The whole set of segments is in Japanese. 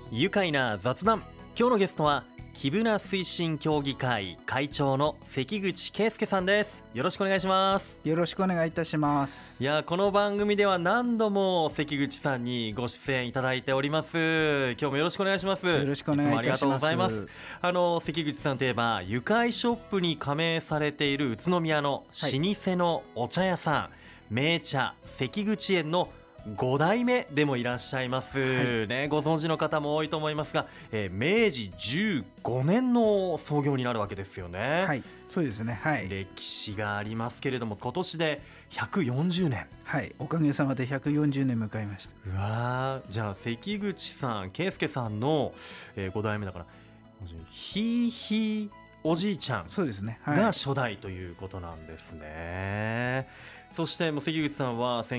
愉快な雑談。今日のゲストはキブナ推進協議会会長の関口圭介さんです。よろしくお願いします。 よろしくお願いいたします。 いや、この番組では何度も関口さんにご出演いただいております。今日もよろしくお願いします。 よろしくお願いいたします。 いつもありがとうございます。関口さんといえば愉快ショップに加盟されている宇都宮の老舗のお茶屋さん、名茶関口園の5代目でもいらっしゃいます、ご存知の方も多いと思いますが、明治15年の創業になるわけですよね。 はい、そうですね、はい、 歴史がありますけれども、今年で140年。 はい、おかげさまで140年迎えました。 うわ、じゃあ関口さん、圭介さんの、5代目だからひいひいおじいちゃんが初代ということなんですね。そして関口さんは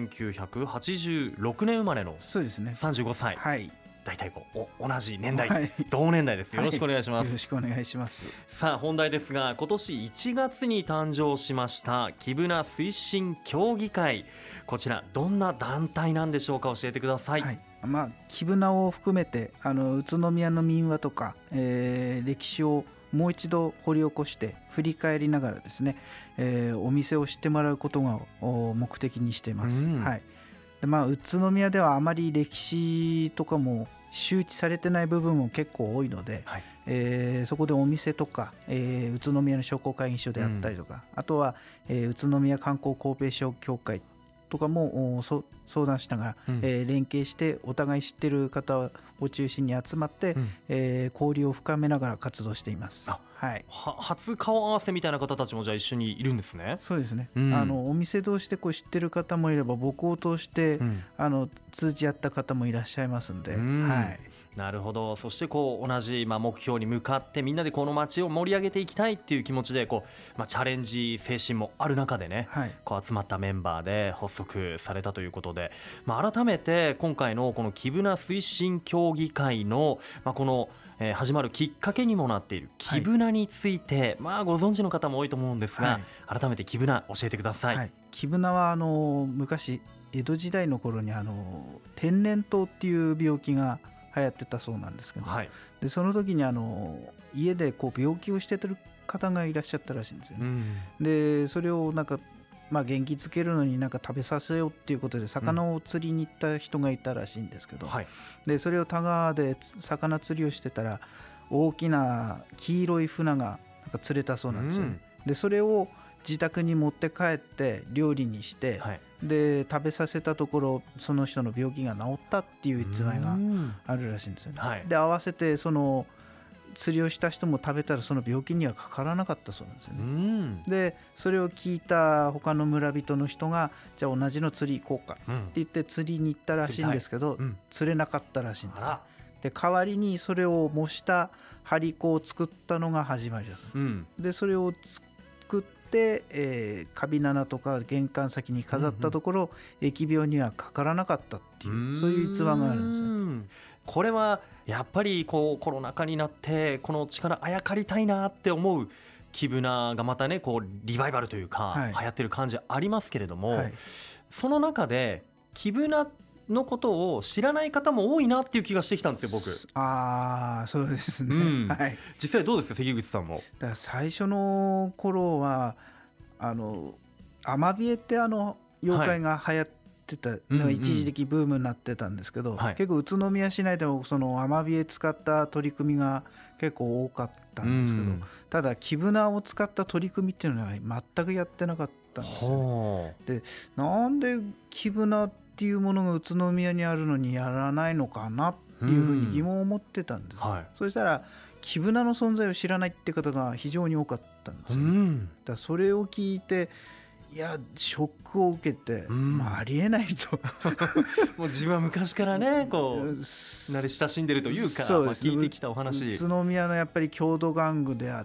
1986年生まれの35歳、大体同じ年代、同年代です。よろしくお願いします。 よろしくお願いします。 さあ本題ですが、今年1月に誕生しましたキブナ推進協議会、こちらどんな団体なんでしょうか。教えてください。 キブナを含めて宇都宮の民話とか、歴史をもう一度掘り起こして振り返りながらですね、お店を知ってもらうことが目的にしています。で宇都宮ではあまり歴史とかも周知されてない部分も結構多いので、そこでお店とか、宇都宮の商工会議所であったりとか、あとは、宇都宮観光コーポレーション協会とかも相談しながら、連携してお互い知っている方を中心に集まって、交流を深めながら活動しています。 初顔合わせみたいな方たちもじゃあ一緒にいるんですね。 そうですね、お店同士で知ってる方もいれば、僕を通して、通じ合った方もいらっしゃいますんで、 なるほど。そして同じ目標に向かってみんなでこの街を盛り上げていきたいっていう気持ちでチャレンジ精神もある中でね、集まったメンバーで発足されたということで、改めて今回のこのキブナ推進協議会のこの始まるきっかけにもなっているキブナについて、ご存知の方も多いと思うんですが、改めてキブナ教えてください。 キブナは昔江戸時代の頃に天然痘っていう病気が流行ってたそうなんですけど、でその時に家で病気をしてる方がいらっしゃったらしいんですよね。でそれを元気づけるのに食べさせようっていうことで魚を釣りに行った人がいたらしいんですけど、でそれを田川で魚釣りをしてたら大きな黄色い船が釣れたそうなんですよね。でそれを自宅に持って帰って料理にして、で食べさせたところその人の病気が治ったっていう逸話があるらしいんですよね。で合わせてその釣りをした人も食べたらその病気にはかからなかったそうなんですよね。でそれを聞いた他の村人の人が、じゃあ同じの釣り行こうかって言って釣りに行ったらしいんですけど、釣れなかったらしいんです。で代わりにそれを模した張り子を作ったのが始まりだと。でそれを作ってカビナナとか玄関先に飾ったところ、疫病にはかからなかったっていう、そういう逸話があるんですよ。 これはやっぱりコロナ禍になってこの力あやかりたいなって思うキブナがまたねリバイバルというか、流行ってる感じありますけれども、その中でキブナのことを知らない方も多いなっていう気がしてきたんですよ、僕。 そうですね、 実際どうですか、関口さんも。 だから最初の頃はアマビエって妖怪が流行ってた、一時的ブームになってたんですけど、結構宇都宮市内でもそのアマビエ使った取り組みが結構多かったんですけど、ただキブナを使った取り組みっていうのは全くやってなかったんですよね。でなんでキブナっていうものが宇都宮にあるのにやらないのかなっていうふうに疑問を持ってたんです。そしたらキブナの存在を知らないって方が非常に多かったんですよ、だからそれを聞いて、いやショックを受けて、ありえないともう自分は昔からね慣れ親しんでるというか、聞いてきたお話、 宇都宮のやっぱり郷土玩具であって、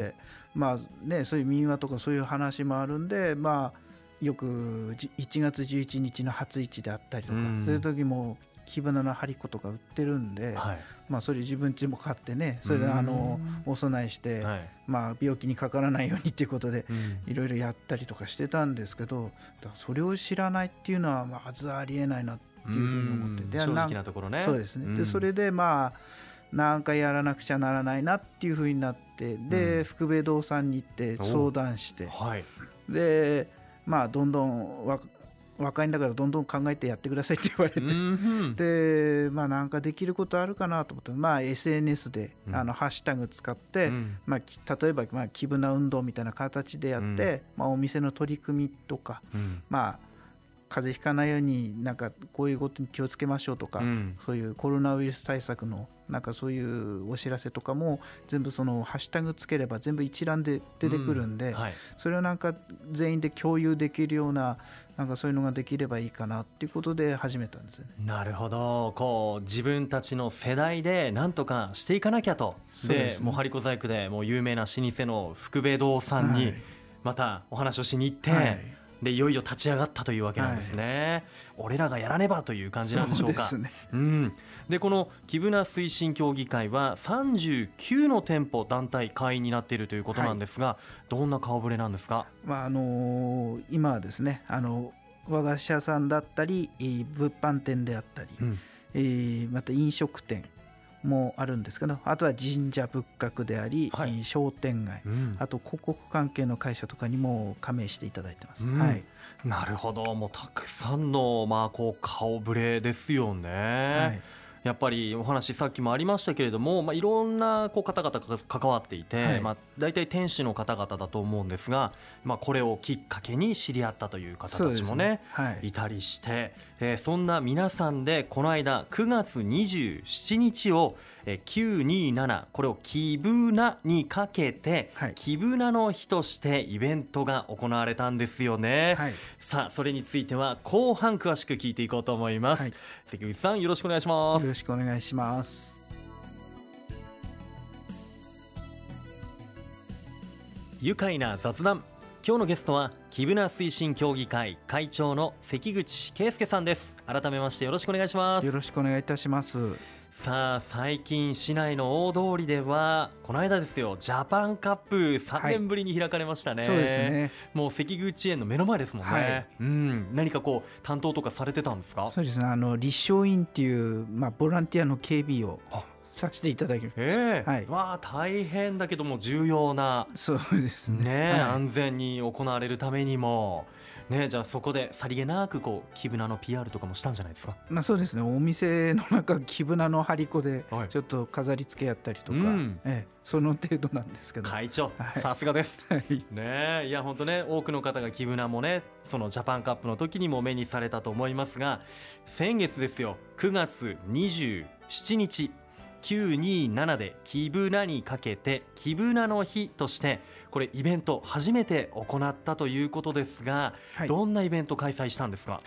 そういう民話とかそういう話もあるんで、よく1月11日の初市であったりとか、そういう時もキブナの張り子とか売ってるんで、それ自分家も買ってね、それでお供えして、病気にかからないようにっていうことでいろいろやったりとかしてたんですけど、それを知らないっていうのはまずありえないなっっていうふうに思ってて、 正直なところね。 そうですね。でそれでなんかやらなくちゃならないなっていうふうになって、で福部堂さんに行って相談して、でどんどん若いんだからどんどん考えてやってくださいって言われて、でなんかできることあるかなと思って、SNS でハッシュタグ使って、例えばキブナ運動みたいな形でやって、お店の取り組みとか、風邪ひかないようになんかこういうことに気をつけましょうとか、そういうコロナウイルス対策のなんかそういうお知らせとかも全部そのハッシュタグつければ全部一覧で出てくるんで、それをなんか全員で共有できるような、なんかそういうのができればいいかなっていうことで始めたんですよね。 なるほど。こう自分たちの世代で何とかしていかなきゃと。でもう張子細工でもう有名な老舗の福部堂さんにまたお話をしに行って、でいよいよ立ち上がったというわけなんですね。俺らがやらねばという感じなんでしょうか。 そうですね。でこのキブナ推進協議会は39の店舗団体会員になっているということなんですが、どんな顔ぶれなんですか？ 今はですね、和菓子屋さんだったり物販店であったり、また飲食店もあるんですけど、あとは神社仏閣であり、商店街、あと広告関係の会社とかにも加盟していただいてます。 なるほど。もうたくさんのこう顔ぶれですよね。やっぱりお話さっきもありましたけれども、いろんな方々が関わっていて、大体店主の方々だと思うんですが、これをきっかけに知り合ったという方たちもね、いたりして、そんな皆さんでこの間9月27日を927、これをキブナにかけて、キブナの日としてイベントが行われたんですよね。さあそれについては後半詳しく聞いていこうと思います。関口さん、よろしくお願いします。 よろしくお願いします。 愉快な雑談。今日のゲストはキブナ推進協議会会長の関口圭介さんです。改めましてよろしくお願いします。 よろしくお願いいたします。 さあ最近市内の大通りではこの間ですよ、ジャパンカップ3年ぶりに開かれましたね。 そうですね。 もう関口園の目の前ですもんね。何かこう担当とかされてたんですか？ そうですね、立正院っていう、ボランティアの警備をさせていただきました。 大変だけども重要な、 そうですね。 安全に行われるためにもじゃあそこでさりげなくこうキブナの PR とかもしたんじゃないですか？ そうですね。お店の中キブナの張り子でちょっと飾り付けやったりとか、その程度なんですけど。 会長、さすがです。いや本当ね、多くの方がキブナもね、そのジャパンカップの時にも目にされたと思いますが、先月ですよ、9月27日927でキブナにかけてキブナの日としてこれイベント初めて行ったということですが、どんなイベント開催したんですか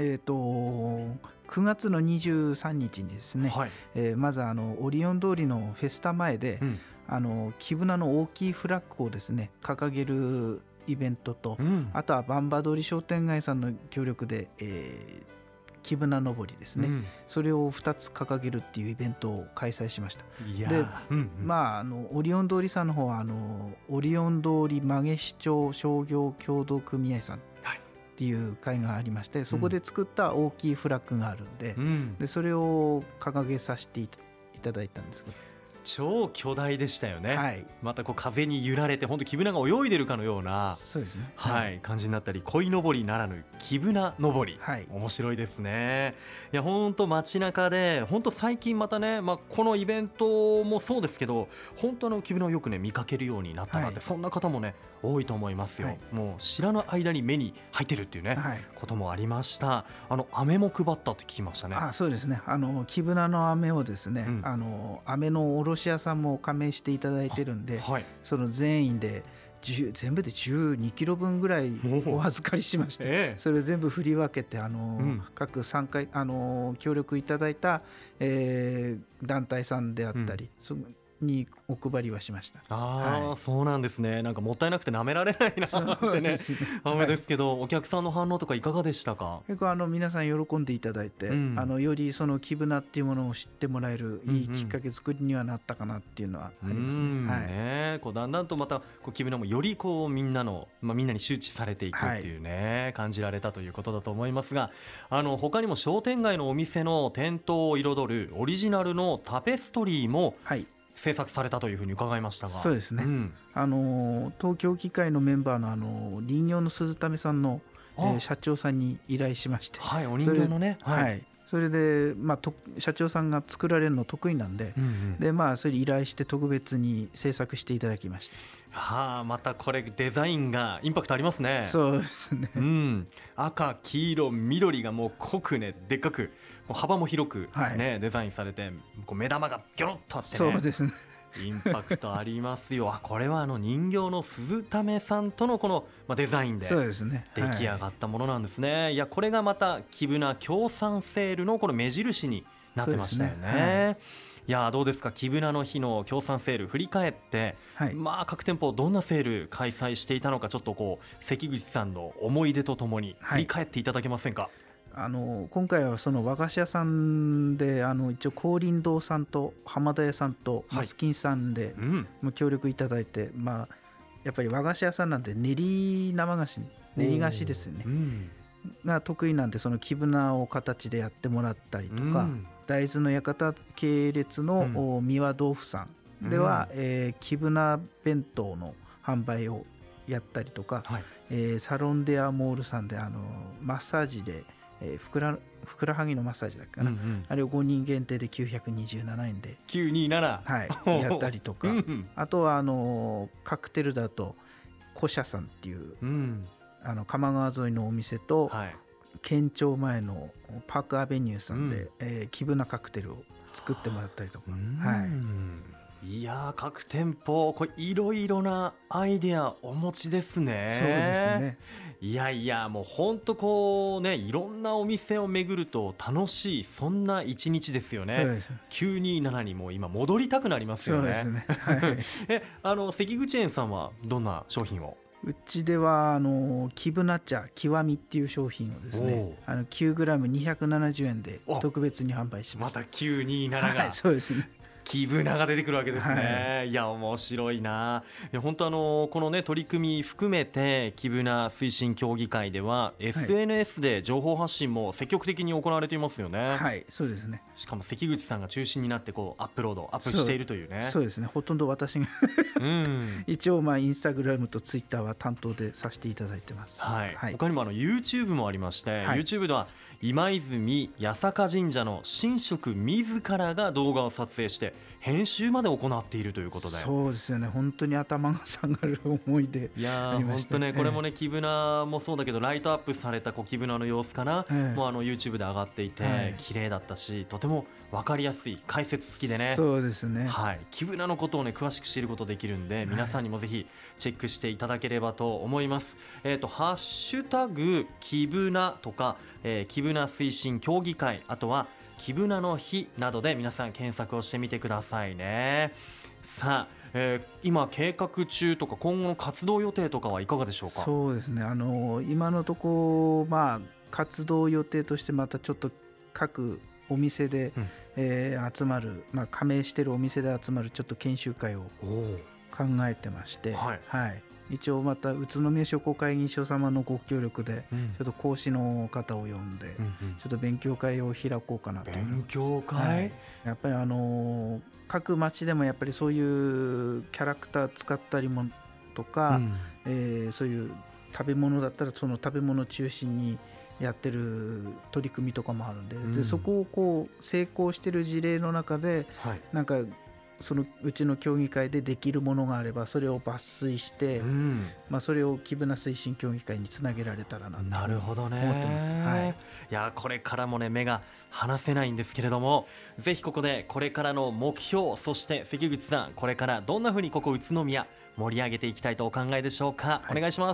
？9月の23日にですね、まずオリオン通りのフェスタ前で、キブナの大きいフラッグをですね掲げるイベントと、あとはバンバ通り商店街さんの協力で、キブナ登りですね、それを2つ掲げるっていうイベントを開催しました。で、オリオン通りさんの方はオリオン通り曲げ市町商業協同組合さんっていう会がありまして、そこで作った大きいフラッグがあるんで、でそれを掲げさせていただいたんですけど、 超巨大でしたよね。またこう風に揺られて本当キブナが泳いでるかのような、 そうですね、 感じになったり、鯉のぼりならぬキブナ登り、面白いですね。いや本当街中で本当最近またね、このイベントもそうですけど、本当キブナをよくね見かけるようになったなって、そんな方もね多いと思いますよ。もう知らぬ間に目に入ってるっていうね、こともありました。飴も配ったって聞きましたね。 そうですね。キブナの飴をですね、飴の卸屋さんも加盟していただいてるんで、その全員で全部で12キロ分ぐらいお預かりしまして、それを全部振り分けて各3回協力いただいた、団体さんであったり、 にお配りはしました。 そうなんですね。なんかもったいなくて舐められないなってねですけど、お客さんの反応とかいかがでしたか？ 結構皆さん喜んでいただいて、よりそのキブナっていうものを知ってもらえるいいきっかけ作りにはなったかなっていうのはありますね。 こうだんだんとまたキブナもよりこうみんなに周知されていくっていうね、感じられたということだと思いますが、他にも商店街のお店の店頭を彩るオリジナルのタペストリーも制作されたというふうに伺いましたが。 そうですね、東京議会のメンバーの林業の鈴為さんの社長さんに依頼しまして、 お人形のね、 それで、社長さんが作られるの得意なんで、それ依頼して特別に制作していただきました。 またこれデザインがインパクトありますね。 そうですね、 赤、黄色、緑がもう濃くね、でっかく幅も広くね、デザインされて、目玉がギョロッとあってね、 そうですね、 インパクトありますよ。これは人形の鈴為さんとのこのデザインで出来上がったものなんですね。いや、これがまたキブナ協賛セールのこの目印になってましたよね。いや、どうですか、キブナの日の協賛セール振り返って、各店舗どんなセール開催していたのか、ちょっと関口さんの思い出とともに振り返っていただけませんか？ 今回はその和菓子屋さんで一応光林堂さんと浜田屋さんとマスキンさんで協力いただいて、やっぱり和菓子屋さんなんで練り菓子ですよね、が得意なんで、そのキブナを形でやってもらったりとか、大豆の館系列の三輪豆腐さんでは、キブナ弁当の販売をやったりとか、サロンデアモールさんでマッサージでふくらはぎのマッサージだっけかな、あれを5人限定で927円で 927、 やったりとかあとはカクテルだと古社さんっていう、鎌川沿いのお店と、県庁前のパークアベニューさんで、キブナカクテルを作ってもらったりとか、 いや、各店舗いろいろなアイデアお持ちですね。 そうですね。 いやもう本当いろんなお店を巡ると楽しい、そんな一日ですよね。 そうです。 927にも今戻りたくなりますよね。 そうですね。 関口園さんはどんな商品を？ うちではキブナ茶極みっていう商品をですね、9g270 円で特別に販売しました。 また927が、 そうですね、 キブナが出てくるわけですね。いや、面白いな。いや、本当このね、取り組み含めてキブナ推進協議会では SNS で情報発信も積極的に行われていますよね。 そうですね。 しかも関口さんが中心になってアップしているというね。 そうですね、ほとんど私が一応インスタグラムとツイッターは担当でさせていただいてます。 他にもYouTube もありまして、YouTube では今泉八坂神社の神職自らが動画を撮影して編集まで行っているということで。 そうですよね、本当に頭が下がる思いで。 いや本当ね、これもね、キブナもそうだけどライトアップされたキブナの様子かな、もうYouTube で上がっていて、綺麗だったし、とても分かりやすい解説付きでね。 そうですね、 キブナのことをね詳しく知ることできるんで、皆さんにもぜひチェックしていただければと思います。ハッシュタグキブナとか、キブナ推進協議会、あとはキブナの日などで皆さん検索をしてみてくださいね。さあ、今計画中とか今後の活動予定とかはいかがでしょうか？ そうですね、今のところ、活動予定としてまたちょっと各お店で、集まる、加盟しているお店で集まるちょっと研修会を考えてまして、一応また宇都宮商工会議所様のご協力で、ちょっと講師の方を呼んで、ちょっと勉強会を開こうかなと。 勉強会、 やっぱり各町でもやっぱりそういうキャラクター使ったりもとか、そういう食べ物だったらその食べ物中心にやってる取り組みとかもあるんで、でそこを成功してる事例の中で、なんかそのうちの協議会でできるものがあればそれを抜粋して、それをキブナ推進協議会につなげられたらなと思ってます。 いや、これからもね目が離せないんですけれども、ぜひここでこれからの目標、そして関口さん、これからどんな風にここ宇都宮盛り上げていきたいとお考えでしょうか？お願いします。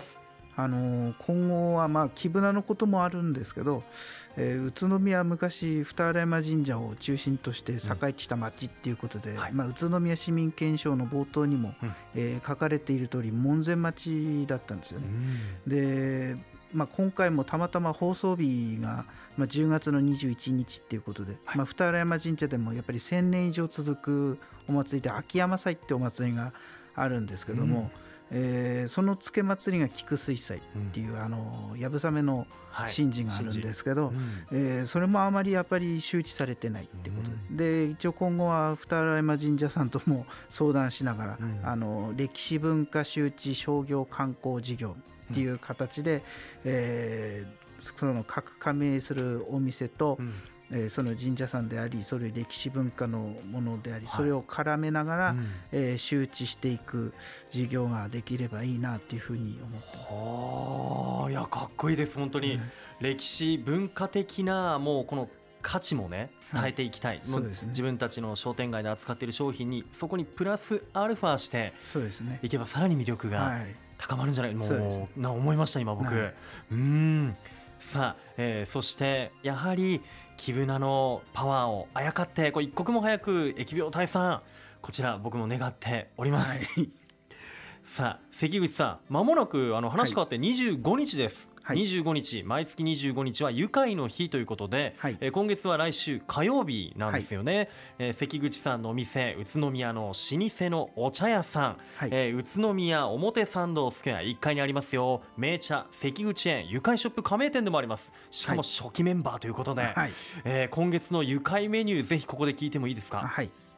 今後は貴船のこともあるんですけど、宇都宮は昔二荒山神社を中心として栄えてきた町っていうことで、宇都宮市民憲章の冒頭にも、書かれている通り門前町だったんですよね。で、今回もたまたま放送日が、10月の21日っていうことで、二荒山神社でもやっぱり1000年以上続くお祭りで秋山祭ってお祭りがあるんですけども、そのつけ祭りが菊水祭っていう、やぶさめの神事があるんですけど、それもあまりやっぱり周知されてないっていうことで、一応今後は二荒山神社さんとも相談しながら、歴史文化周知商業観光事業っていう形で、その各加盟するお店と、その神社さんであり、それ歴史文化のものであり、それを絡めながら、周知していく事業ができればいいなというふうに思って。 いや、かっこいいです。本当に、歴史文化的なもうこの価値もね伝えていきたい、そうですね、自分たちの商店街で扱っている商品にそこにプラスアルファしていけばさらに魅力が高まるんじゃない、もうな思いました今僕、さあ、そしてやはり木船のパワーをあやかって一刻も早く疫病退散、こちら僕も願っております、さあ関口さん、まもなく話変わって25日です、25日、毎月25日は愉快の日ということで、今月は来週火曜日なんですよね、関口さんのお店、宇都宮の老舗のお茶屋さん、宇都宮表参道スクエア1階にありますよ、名茶関口園愉快ショップ加盟店でもあります。しかも初期メンバーということで、今月の愉快メニューぜひここで聞いてもいいですか。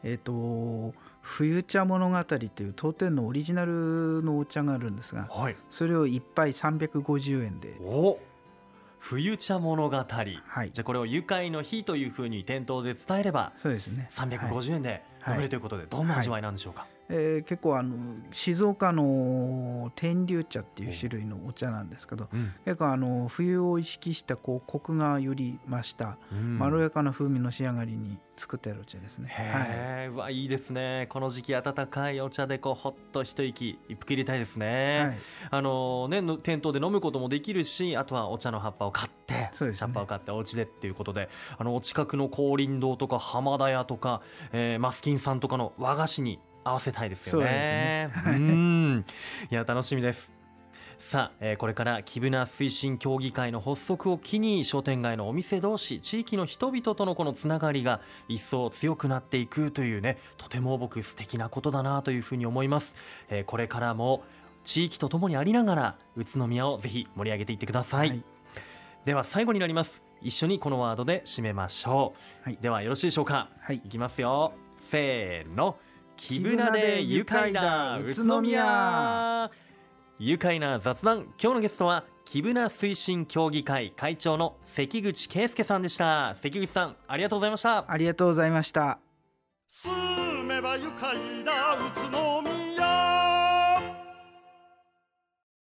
冬茶物語という当店のオリジナルのお茶があるんですが、それを1杯350円で。 冬茶物語、じゃあこれを愉快の日というふうに店頭で伝えれば、そうですね、350円で飲めるということで、どんな味わいなんでしょうか。 結構静岡の天竜茶っていう種類のお茶なんですけど、結構冬を意識したコクがより増したまろやかな風味の仕上がりに作ってあるお茶ですね。 うわ、いいですね。この時期温かいお茶でほっと一息一服入れたいですね。店頭で飲むこともできるし、あとはお茶の葉っぱを買って、茶葉を買ってお家でっていうことで、お近くの光林堂とか浜田屋とか、マスキンさんとかの和菓子に合わせたいですよね。いや、楽しみです。さあ、これから木船推進協議会の発足を機に、商店街のお店同士、地域の人々とのこのつながりが一層強くなっていくというね、とても僕素敵なことだなというふうに思います。これからも地域とともにありながら宇都宮をぜひ盛り上げていってください、では最後になります。一緒にこのワードで締めましょう、ではよろしいでしょうか。いきますよ、せーの。木船で愉快だ宇都宮。愉快な雑談、今日のゲストは木船推進協議会会長の関口圭介さんでした。関口さん、ありがとうございました。 ありがとうございました。 住めば愉快だ宇都